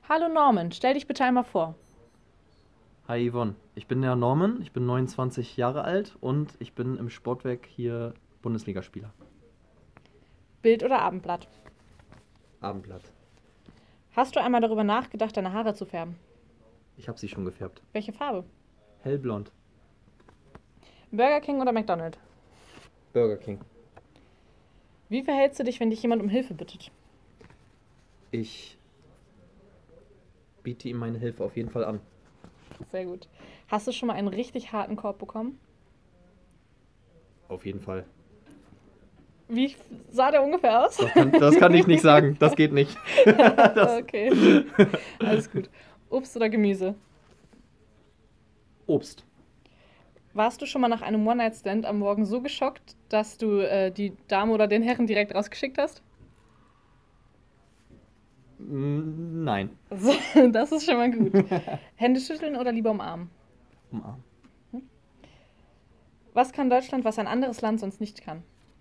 Hallo Norman, stell dich bitte einmal vor. Hi Yvonne, ich bin der Norman, ich bin 29 Jahre alt und ich bin im Sportwerk hier Bundesligaspieler. Bild oder Abendblatt? Abendblatt. Hast du einmal darüber nachgedacht, deine Haare zu färben? Ich habe sie schon gefärbt. Welche Farbe? Hellblond. Burger King oder McDonald's? Burger King. Wie verhältst du dich, wenn dich jemand um Hilfe bittet? Ich biete ihm meine Hilfe auf jeden Fall an. Sehr gut. Hast du schon mal einen richtig harten Korb bekommen? Auf jeden Fall. Wie sah der ungefähr aus? Das kann ich nicht sagen, das geht nicht. Okay, alles gut. Obst oder Gemüse? Obst. Warst du schon mal nach einem One-Night-Stand am Morgen so geschockt, dass du die Dame oder den Herren direkt rausgeschickt hast? Nein. Das ist schon mal gut. Hände schütteln oder lieber umarmen? Umarmen. Was kann Deutschland, was ein anderes Land sonst nicht kann?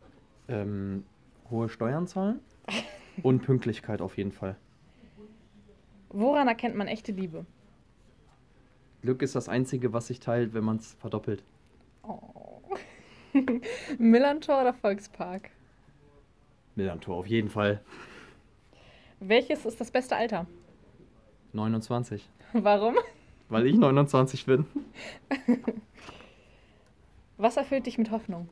Hohe Steuern zahlen und Pünktlichkeit auf jeden Fall. Woran erkennt man echte Liebe? Glück ist das Einzige, was sich teilt, wenn man es verdoppelt. Oh. Millantor oder Volkspark? Millantor auf jeden Fall. Welches ist das beste Alter? 29. Warum? Weil ich 29 bin. Was erfüllt dich mit Hoffnung?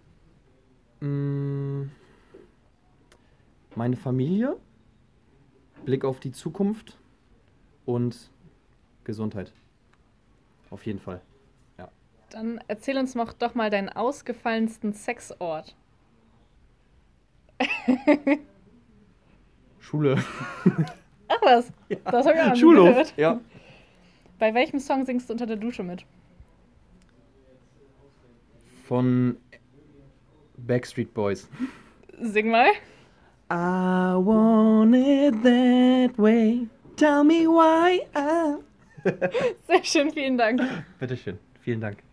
Meine Familie, Blick auf die Zukunft und Gesundheit. Auf jeden Fall. Ja. Dann erzähl uns doch mal deinen ausgefallensten Sexort. Schule. Ach was, das habe ich auch noch nie Schulhof. gehört. Ja. Bei welchem Song singst du unter der Dusche mit? Von Backstreet Boys. Sing mal. I want it that way. Tell me why. Sehr schön, vielen Dank. Bitteschön. Vielen Dank.